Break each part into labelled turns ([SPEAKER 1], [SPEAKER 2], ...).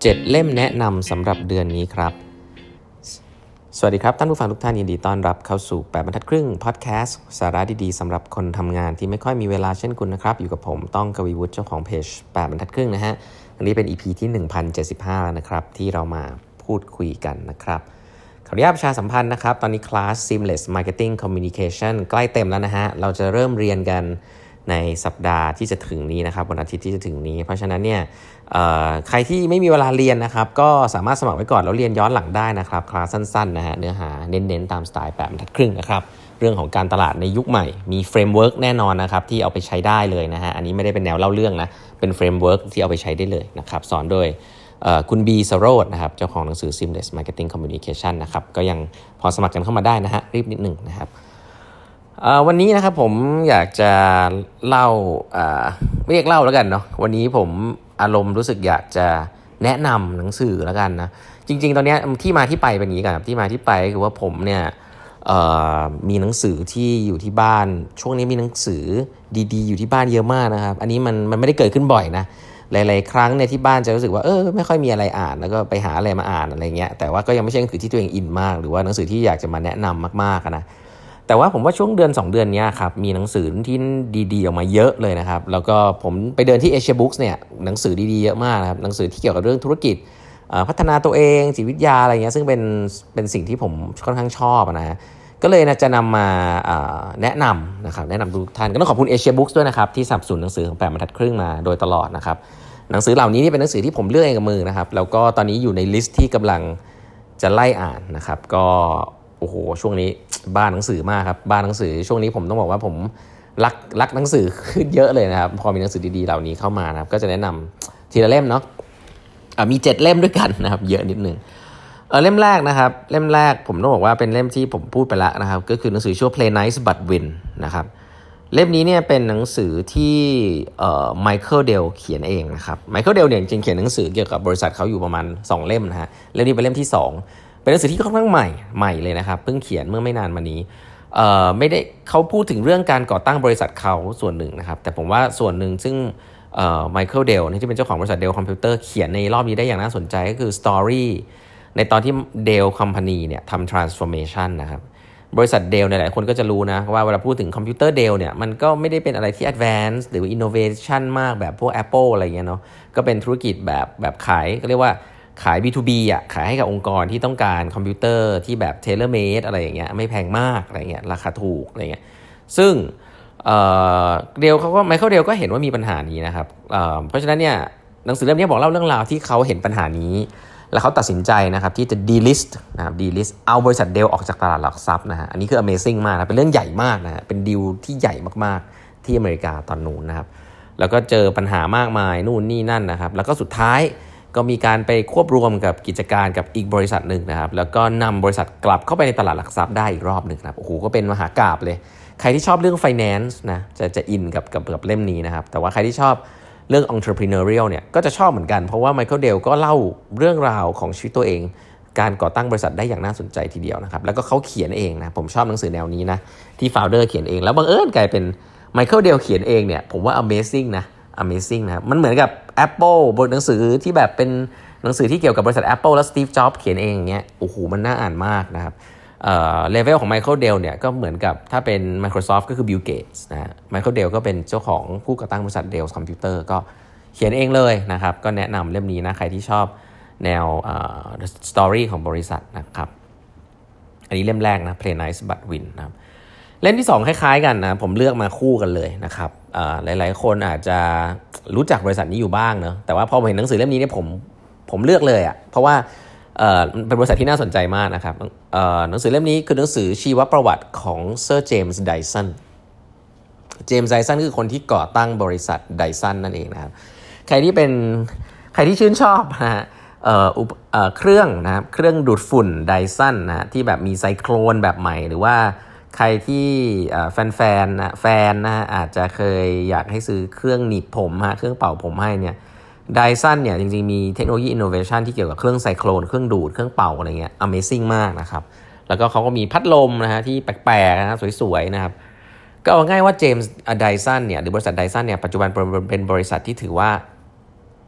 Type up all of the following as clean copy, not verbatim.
[SPEAKER 1] 7 เล่มแนะนำสำหรับเดือนนี้ครับสวัสดีครับท่านผู้ฟังทุกท่านยินดีต้อนรับเข้าสู่8บรรทัดครึ่งพอดแคสต์สาระดีๆสำหรับคนทำงานที่ไม่ค่อยมีเวลาเช่นคุณนะครับอยู่กับผมต้องกวีวุฒิเจ้าของเพจ8บรรทัดครึ่งนะฮะอันนี้เป็น EP ที่ 1075 แล้วนะครับที่เรามาพูดคุยกันนะครับขออนุญาตประชาสัมพันธ์นะครับตอนนี้คลาส Seamless Marketing Communication ใกล้เต็มแล้วนะฮะเราจะเริ่มเรียนกันในสัปดาห์ที่จะถึงนี้นะครับวันอาทิตย์ที่จะถึงนี้เพราะฉะนั้นเนี่ยใครที่ไม่มีเวลาเรียนนะครับก็สามารถสมัครไว้ก่อนแล้วเรียนย้อนหลังได้นะครับคลาสสั้นๆนะฮะเนื้อหาเน้นๆตามสไตล์8บรรทัดครึ่งนะครับเรื่องของการตลาดในยุคใหม่มีเฟรมเวิร์กแน่นอนนะครับที่เอาไปใช้ได้เลยนะฮะอันนี้ไม่ได้เป็นแนวเล่าเรื่องนะเป็นเฟรมเวิร์กที่เอาไปใช้ได้เลยนะครับสอนโดยคุณบีสโรจน์นะครับเจ้าของหนังสือ Seamless Marketing Communication นะครับก็ยังพอสมัครกันเข้ามาได้นะฮะรีบนิดนึงนะครับวันนี้นะครับผมอยากจะเล่าไม่เรียกเล่าแล้วกันเนาะวันนี้ผมอารมณ์รู้สึกอยากจะแนะนำหนังสือแล้วกันนะจริงๆตอนนี้ที่มาที่ไปเป็นอย่างนี้กันครับที่มาที่ไปคือว่าผมเนี่ยมีหนังสือที่อยู่ที่บ้านช่วงนี้มีหนังสือดีๆอยู่ที่บ้านเยอะมากนะครับอันนี้มันไม่ได้เกิดขึ้นบ่อยนะหลายๆครั้งเนี่ยที่บ้านจะรู้สึกว่าไม่ค่อยมีอะไรอ่านแล้วก็ไปหาอะไรมาอ่านอะไรเงี้ยแต่ว่าก็ยังไม่ใช่หนังสือที่ตัวเองอินมากหรือว่าหนังสือที่อยากจะมาแนะนำมากๆนะแต่ว่าผมว่าช่วงเดือน2เดือนนี้ครับมีหนังสือที่ดีๆออกมาเยอะเลยนะครับแล้วก็ผมไปเดินที่ Asia Books เนี่ยหนังสือดีๆเยอะมากนะครับหนังสือที่เกี่ยวกับเรื่องธุรกิจพัฒนาตัวเองจิตวิทยาอะไรเงี้ยซึ่งเป็นสิ่งที่ผมค่อนข้างชอบนะก็เลยจะนำมาแนะนำนะครับแนะนำทุกท่านก็ต้องขอบคุณ Asia Books ด้วยนะครับที่สนับสนุนหนังสือของ8บรรทัดครึ่งมาโดยตลอดนะครับหนังสือเหล่านี้นี่เป็นหนังสือที่ผมเลือกเองกับมือนะครับแล้วก็ตอนนี้อยู่ในลิสต์ที่กำลังจะไล่อ่านนะครับก็โอ้โหช่วงนี้บ้านหนังสือมากครับบ้านหนังสือช่วงนี้ผมต้องบอกว่าผมรักหนังสือขึ้นเยอะเลยนะครับพอมีหนังสือดีๆเหล่านี้เข้ามานะครับก็จะแนะนำทีละเล่มเนาะมี7เล่มด้วยกันนะครับเยอะนิดนึงเล่มแรกนะครับเล่มแรกผมต้องบอกว่าเป็นเล่มที่ผมพูดไปแล้วนะครับก็คือหนังสือชื่อ Play Nice But Win นะครับเล่มนี้เนี่ยเป็นหนังสือที่ไมเคิลเดลเขียนเองนะครับไมเคิลเดลเนี่ยจริงๆเขียนหนังสือเกี่ยวกับบริษัทเขาอยู่ประมาณ2เล่มนะฮะเล่มนี้เป็นเล่มที่2เป็นหนังสือที่ค่อนข้างใหม่เลยนะครับเพิ่งเขียนเมื่อไม่นานมานี้ไม่ได้เขาพูดถึงเรื่องการก่อตั้งบริษัทเขาส่วนหนึ่งนะครับแต่ผมว่าส่วนหนึ่งซึ่งไมเคิลเดลที่เป็นเจ้าของบริษัทเดลคอมพิวเตอร์เขียนในรอบนี้ได้อย่างน่าสนใจก็คือสตอรี่ในตอนที่เดลคอมพานีเนี่ยทำ transformation นะครับบริษัทเดลหลายคนก็จะรู้นะว่าเวลาพูดถึงคอมพิวเตอร์เดลเนี่ยมันก็ไม่ได้เป็นอะไรที่ advance หรือ innovation มากแบบพวก Apple อะไรเงี้ยเนาะก็เป็นธุรกิจแบบขายก็เรียกว่าขาย B2B อ่ะขายให้กับองค์กรที่ต้องการคอมพิวเตอร์ที่แบบ tailor made อะไรอย่างเงี้ยไม่แพงมากอะไรเงี้ยราคาถูกอะไรเงี้ยซึ่งเดลเขาก็ไมเคิลเดลก็เห็นว่ามีปัญหานี้นะครับเพราะฉะนั้นเนี่ยหนังสือเล่มนี้บอกเล่าเรื่องราวที่เขาเห็นปัญหานี้แล้วเขาตัดสินใจนะครับที่จะ delist นะครับ delist เอาบริษัทเดลออกจากตลาดหลักทรัพย์นะฮะอันนี้คือ amazing มากนะเป็นเรื่องใหญ่มากนะฮะเป็นดีลที่ใหญ่มากๆที่อเมริกาตอนนู้นนะครับแล้วก็เจอปัญหามากมายนู่นนี่นั่นนะครับแล้วก็สุดท้ายก็มีการไปควบรวมกับกิจการกับอีกบริษัทหนึ่งนะครับแล้วก็นำบริษัทกลับเข้าไปในตลาดหลักทรัพย์ได้อีกรอบหนึ่งนะครับโอ้โหก็เป็นมหากาพย์เลยใครที่ชอบเรื่อง finance นะจะอินกับเล่มนี้นะครับแต่ว่าใครที่ชอบเรื่อง entrepreneurial เนี่ยก็จะชอบเหมือนกันเพราะว่าไมเคิลเดลก็เล่าเรื่องราวของชีวิตตัวเองการก่อตั้งบริษัทได้อย่างน่าสนใจทีเดียวนะครับแล้วก็เขาเขียนเองนะผมชอบหนังสือแนวนี้นะที่ founder เขียนเองแล้วบังเอิญกลายเป็นไมเคิลเดลเขียนเองเนี่ยผมว่า amazing นะ amazing นะครับมันเหมือนกับ Apple บทหนังสือที่แบบเป็นหนังสือที่เกี่ยวกับบริษัท Apple แล้ว Steve Jobs เขียนเองอย่างเงี้ยโอ้โหมันน่าอ่านมากนะครับเลเวลของไมเคิลเดลเนี่ยก็เหมือนกับถ้าเป็น Microsoft ก็คือ Bill Gates นะไมเคิลเดลก็เป็นเจ้าของผู้ก่อตั้งบริษัท Dell Computer ก็เขียนเองเลยนะครับก็แนะนำเล่มนี้นะใครที่ชอบแนวสตอรี่ของบริษัทนะครับอันนี้เล่มแรกนะ Play Nice But Win นะครับเล่มที่2คล้ายๆกันนะผมเลือกมาคู่กันเลยนะครับหลายๆคนอาจจะรู้จักบริษัทนี้อยู่บ้างเนอะแต่ว่าพอเห็นหนังสือเล่มนี้เนี่ยผมเลือกเลยอ่ะเพราะว่าเป็นบริษัทที่น่าสนใจมากนะครับหนังสือเล่มนี้คือหนังสือชีวประวัติของเซอร์เจมส์ไดสันเจมส์ไดสันคือคนที่ก่อตั้งบริษัทไดสันนั่นเองนะครับใครที่ชื่นชอบนะฮะเครื่องนะครับเครื่องดูดฝุ่นไดสันนะที่แบบมีไซโครนแบบใหม่หรือว่าใครที่แฟนนะฮะอาจจะเคยอยากให้ซื้อเครื่องหนีบผมฮะเครื่องเป่าผมให้เนี่ยไดสันเนี่ยจริงๆมีเทคโนโลยีอินโนเวชันที่เกี่ยวกับเครื่องไซโครนเครื่องดูดเครื่องเป่าอะไรเงี้ย Amazing มากนะครับแล้วก็เขาก็มีพัดลมนะฮะที่แปลกๆนะสวยๆนะครับก็เอาง่ายว่าเจมส์ไดสันเนี่ยหรือบริษัทไดสันเนี่ยปัจจุบันเป็นบริษัทที่ถือว่า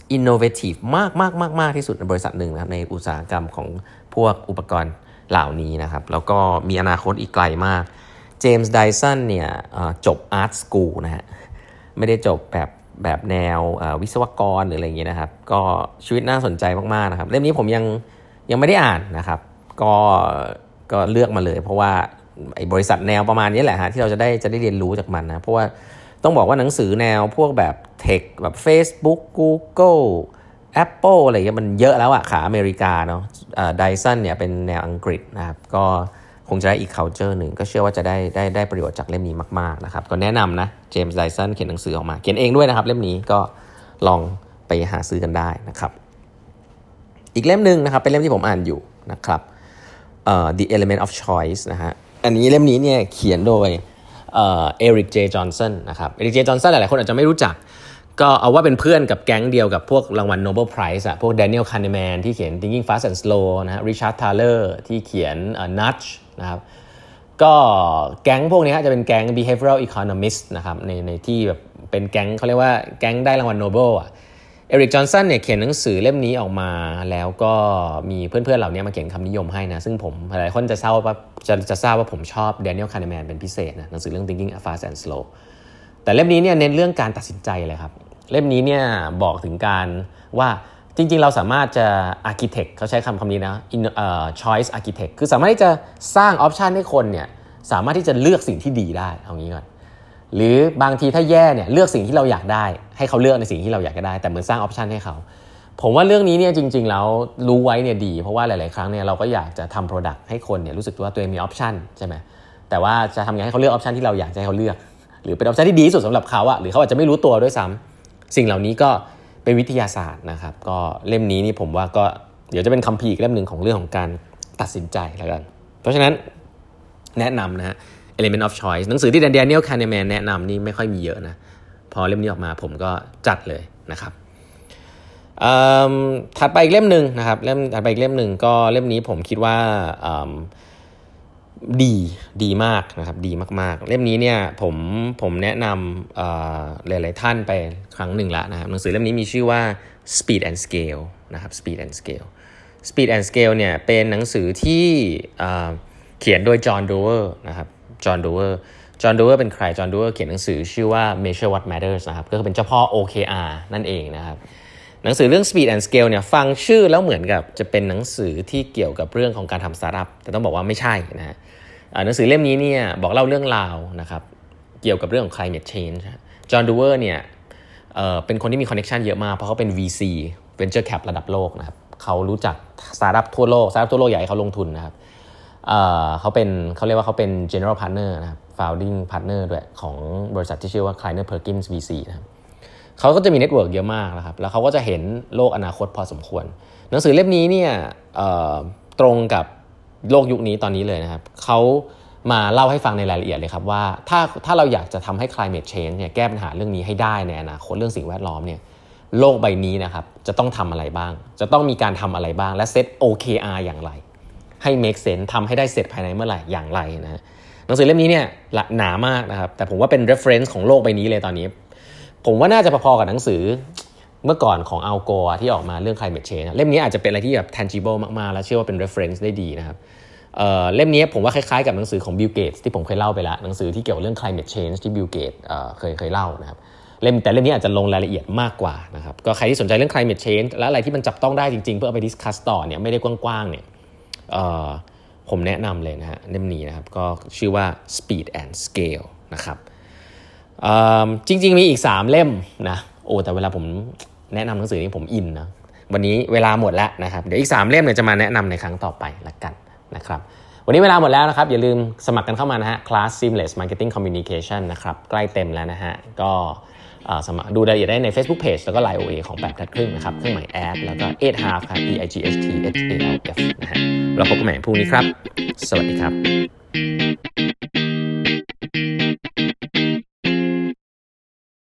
[SPEAKER 1] innovative มากที่สุดในบริษัทหนึ่งนะครับในอุตสาหกรรมของพวกอุปกรณ์เหล่านี้นะครับแล้วก็มีอนาคตอีกไกลมากเจมส์ไดสันเนี่ยจบ Art School นะฮะไม่ได้จบแบบแนววิศวกรหรืออะไรอย่างเงี้ยนะครับก็ชีวิตน่าสนใจมากๆนะครับเล่มนี้ผมยังไม่ได้อ่านนะครับก็เลือกมาเลยเพราะว่าไอ้บริษัทแนวประมาณนี้แหละฮะที่เราจะได้เรียนรู้จากมันนะเพราะว่าต้องบอกว่าหนังสือแนวพวกแบบเทคแบบ Facebook Google Apple อะไรอย่างเงี้ยมันเยอะแล้วอะขาอเมริกาเนาะDyson เนี่ยเป็นแนวอังกฤษนะครับก็คงจะได้อีก culture หนึ่งก็เชื่อว่าจะได้ประโยชน์จากเล่มนี้มากๆนะครับก็แนะนำนะเจมส์ไดสันเขียนหนังสือออกมาเขียนเองด้วยนะครับเล่มนี้ก็ลองไปหาซื้อกันได้นะครับอีกเล่มนึงนะครับเป็นเล่มที่ผมอ่านอยู่นะครับThe Element of Choice นะฮะอันนี้เล่มนี้เนี่ยเขียนโดยเอริก เจ จอห์นสันนะครับเอริก เจ จอห์นสันหลายๆคนอาจจะไม่รู้จักก็เอาว่าเป็นเพื่อนกับแก๊งเดียวกับพวกรางวัล Nobel Prize พวก Daniel Kahneman ที่เขียน Thinking Fast and Slow นะฮะ Richard Thaler ที่เขียนNudge นะครับก็แก๊งพวกนี้จะเป็นแก๊ง behavioral economist นะครับในที่แบบเป็นแก๊งเขาเรียกว่าแก๊งได้รางวัลโนเบลเอริก จอห์นสันเนี่ยเขียนหนังสือเล่มนี้ออกมาแล้วก็มีเพื่อนๆเหล่านี้มาเขียนคำนิยมให้นะซึ่งผมหลายคนจะทราบว่าผมชอบ Daniel Kahneman เป็นพิเศษนะหนังสือเรื่อง Thinking Fast and Slow แต่เล่มนี้เนี่ยเน้นเรื่องการตัดสินใจเลยครับเล่มนี้เนี่ยบอกถึงการว่าจริงๆเราสามารถจะ architect เขาใช้คำนี้นะ choice architect คือสามารถที่จะสร้างออปชันให้คนเนี่ยสามารถที่จะเลือกสิ่งที่ดีได้เอางี้ก่อนหรือบางทีถ้าแย่เนี่ยเลือกสิ่งที่เราอยากได้ให้เขาเลือกในสิ่งที่เราอยากได้แต่เหมือนสร้างออปชันให้เขาผมว่าเรื่องนี้เนี่ยจริงๆแล้วรู้ไว้เนี่ยดีเพราะว่าหลายๆครั้งเนี่ยเราก็อยากจะทำ product ให้คนเนี่ยรู้สึกว่าตัวเองมีออปชันใช่ไหมแต่ว่าจะทำยังไงให้เขาเลือกออปชันที่เราอยากให้เขาเลือกหรือเป็นออปชันที่ดีที่สุดสำหรับเขาหรือเขาอาจจะไม่รู้ตัวด้วยซ้ำสิ่งเหล่านี้ก็เป็นวิทยาศาสตร์นะครับก็เล่มนี้นี่ผมว่าก็เดี๋ยวจะเป็นคัมภีร์อีกเล่มนึงของเรื่องของการตัดสินใจแล้วกันเพราะฉะนั้นแนะนำนะฮะ Element of Choice หนังสือที่ Daniel Kahneman แนะนำนี่ไม่ค่อยมีเยอะนะพอเล่มนี้ออกมาผมก็จัดเลยนะครับถัดไปอีกเล่มนึงนะครับถัดไปอีกเล่มนึงก็เล่มนี้ผมคิดว่าดีมากนะครับดีมากๆเล่มนี้เนี่ยผมแนะนำหลายๆท่านไปครั้งหนึ่งแล้วนะครับหนังสือเล่มนี้มีชื่อว่า Speed and Scale นะครับ Speed and Scale เนี่ยเป็นหนังสือที่เขียนโดยจอห์น โดเวอร์นะครับจอห์น โดเวอร์เป็นใครจอห์น โดเวอร์เขียนหนังสือชื่อว่า Measure What Matters นะครับก็คือเป็นเจ้าพ่อ OKR นั่นเองนะครับหนังสือเรื่อง Speed and Scale เนี่ยฟังชื่อแล้วเหมือนกับจะเป็นหนังสือที่เกี่ยวกับเรื่องของการทำสตาร์ทอัพแต่ต้องบอกว่าไม่ใช่นะฮะหนังสือเล่มนี้เนี่ยบอกเล่าเรื่องราวนะครับเกี่ยวกับเรื่องของ climate change จอห์น โดเวอร์เนี่ยเป็นคนที่มีคอนเนคชันเยอะมากเพราะเขาเป็น VC Venture Cap ระดับโลกนะครับเขารู้จักสตาร์ทอัพทั่วโลกอยากให้เขาลงทุนนะครับเขาเรียกว่าเขาเป็น General Partner นะครับ Founding Partner ด้วยของบริษัทที่ชื่อว่า Kleiner Perkins VC นะครับเขาก็จะมีเน็ตเวิร์กเยอะมากนะครับแล้วเขาก็จะเห็นโลกอนาคตพอสมควรหนังสือเล่มนี้เนี่ยตรงกับโลกยุคนี้ตอนนี้เลยนะครับเขามาเล่าให้ฟังในรายละเอียดเลยครับว่าถ้าเราอยากจะทำให้ climate change เนี่ยแก้ปัญหาเรื่องนี้ให้ได้ในอนาคตเรื่องสิ่งแวดล้อมเนี่ยโลกใบนี้นะครับจะต้องทำอะไรบ้างจะต้องมีการทำอะไรบ้างและเซต OKR อย่างไรให้ make sense ทำให้ได้เสร็จภายในเมื่อไหร่อย่างไรนะหนังสือเล่มนี้เนี่ยหนามากนะครับแต่ผมว่าเป็น reference ของโลกใบนี้เลยตอนนี้ผมว่าน่าจะพอๆกับหนังสือเมื่อก่อนของอัลโกรที่ออกมาเรื่อง climate change เล่มนี้อาจจะเป็นอะไรที่แบบ tangible มากๆและเชื่อว่าเป็น reference ได้ดีนะครับเล่มนี้ผมว่าคล้ายๆกับหนังสือของ Bill Gates ที่ผมเคยเล่าไปแล้วหนังสือที่เกี่ยวเรื่อง climate change ที่ Bill Gates เคยเล่านะครับแต่เล่มนี้อาจจะลงรายละเอียดมากกว่านะครับก็ใครที่สนใจเรื่อง climate change และอะไรที่มันจับต้องได้จริงๆเพื่อเอาไป discuss ต่อเนี่ยไม่ได้กว้างๆเนี่ยผมแนะนำเลยนะฮะเล่มนี้นะครับก็ชื่อว่า Speed and Scale นะครับจริงๆมีอีก3เล่มนะแต่เวลาผมแนะนำหนังสือนี้ผมอินนะวันนี้เวลาหมดแล้วนะครับเดี๋ยวอีก3เล่มเนี่ยจะมาแนะนำในครั้งต่อไปละกันนะครับวันนี้เวลาหมดแล้วนะครับอย่าลืมสมัครกันเข้ามานะฮะ Class Seamless Marketing Communication นะครับใกล้เต็มแล้วนะฮะก็สมัครดูรายละเอียดได้ใน Facebook Page แล้วก็ Line OA ของ8 ทัดครึ่งนะครับเครื่องหมาย add แล้วก็8 half ครับ EIGHTHALF นะฮะเราพบกันใหม่พรุ่งนี้ครับสวัสดีครับ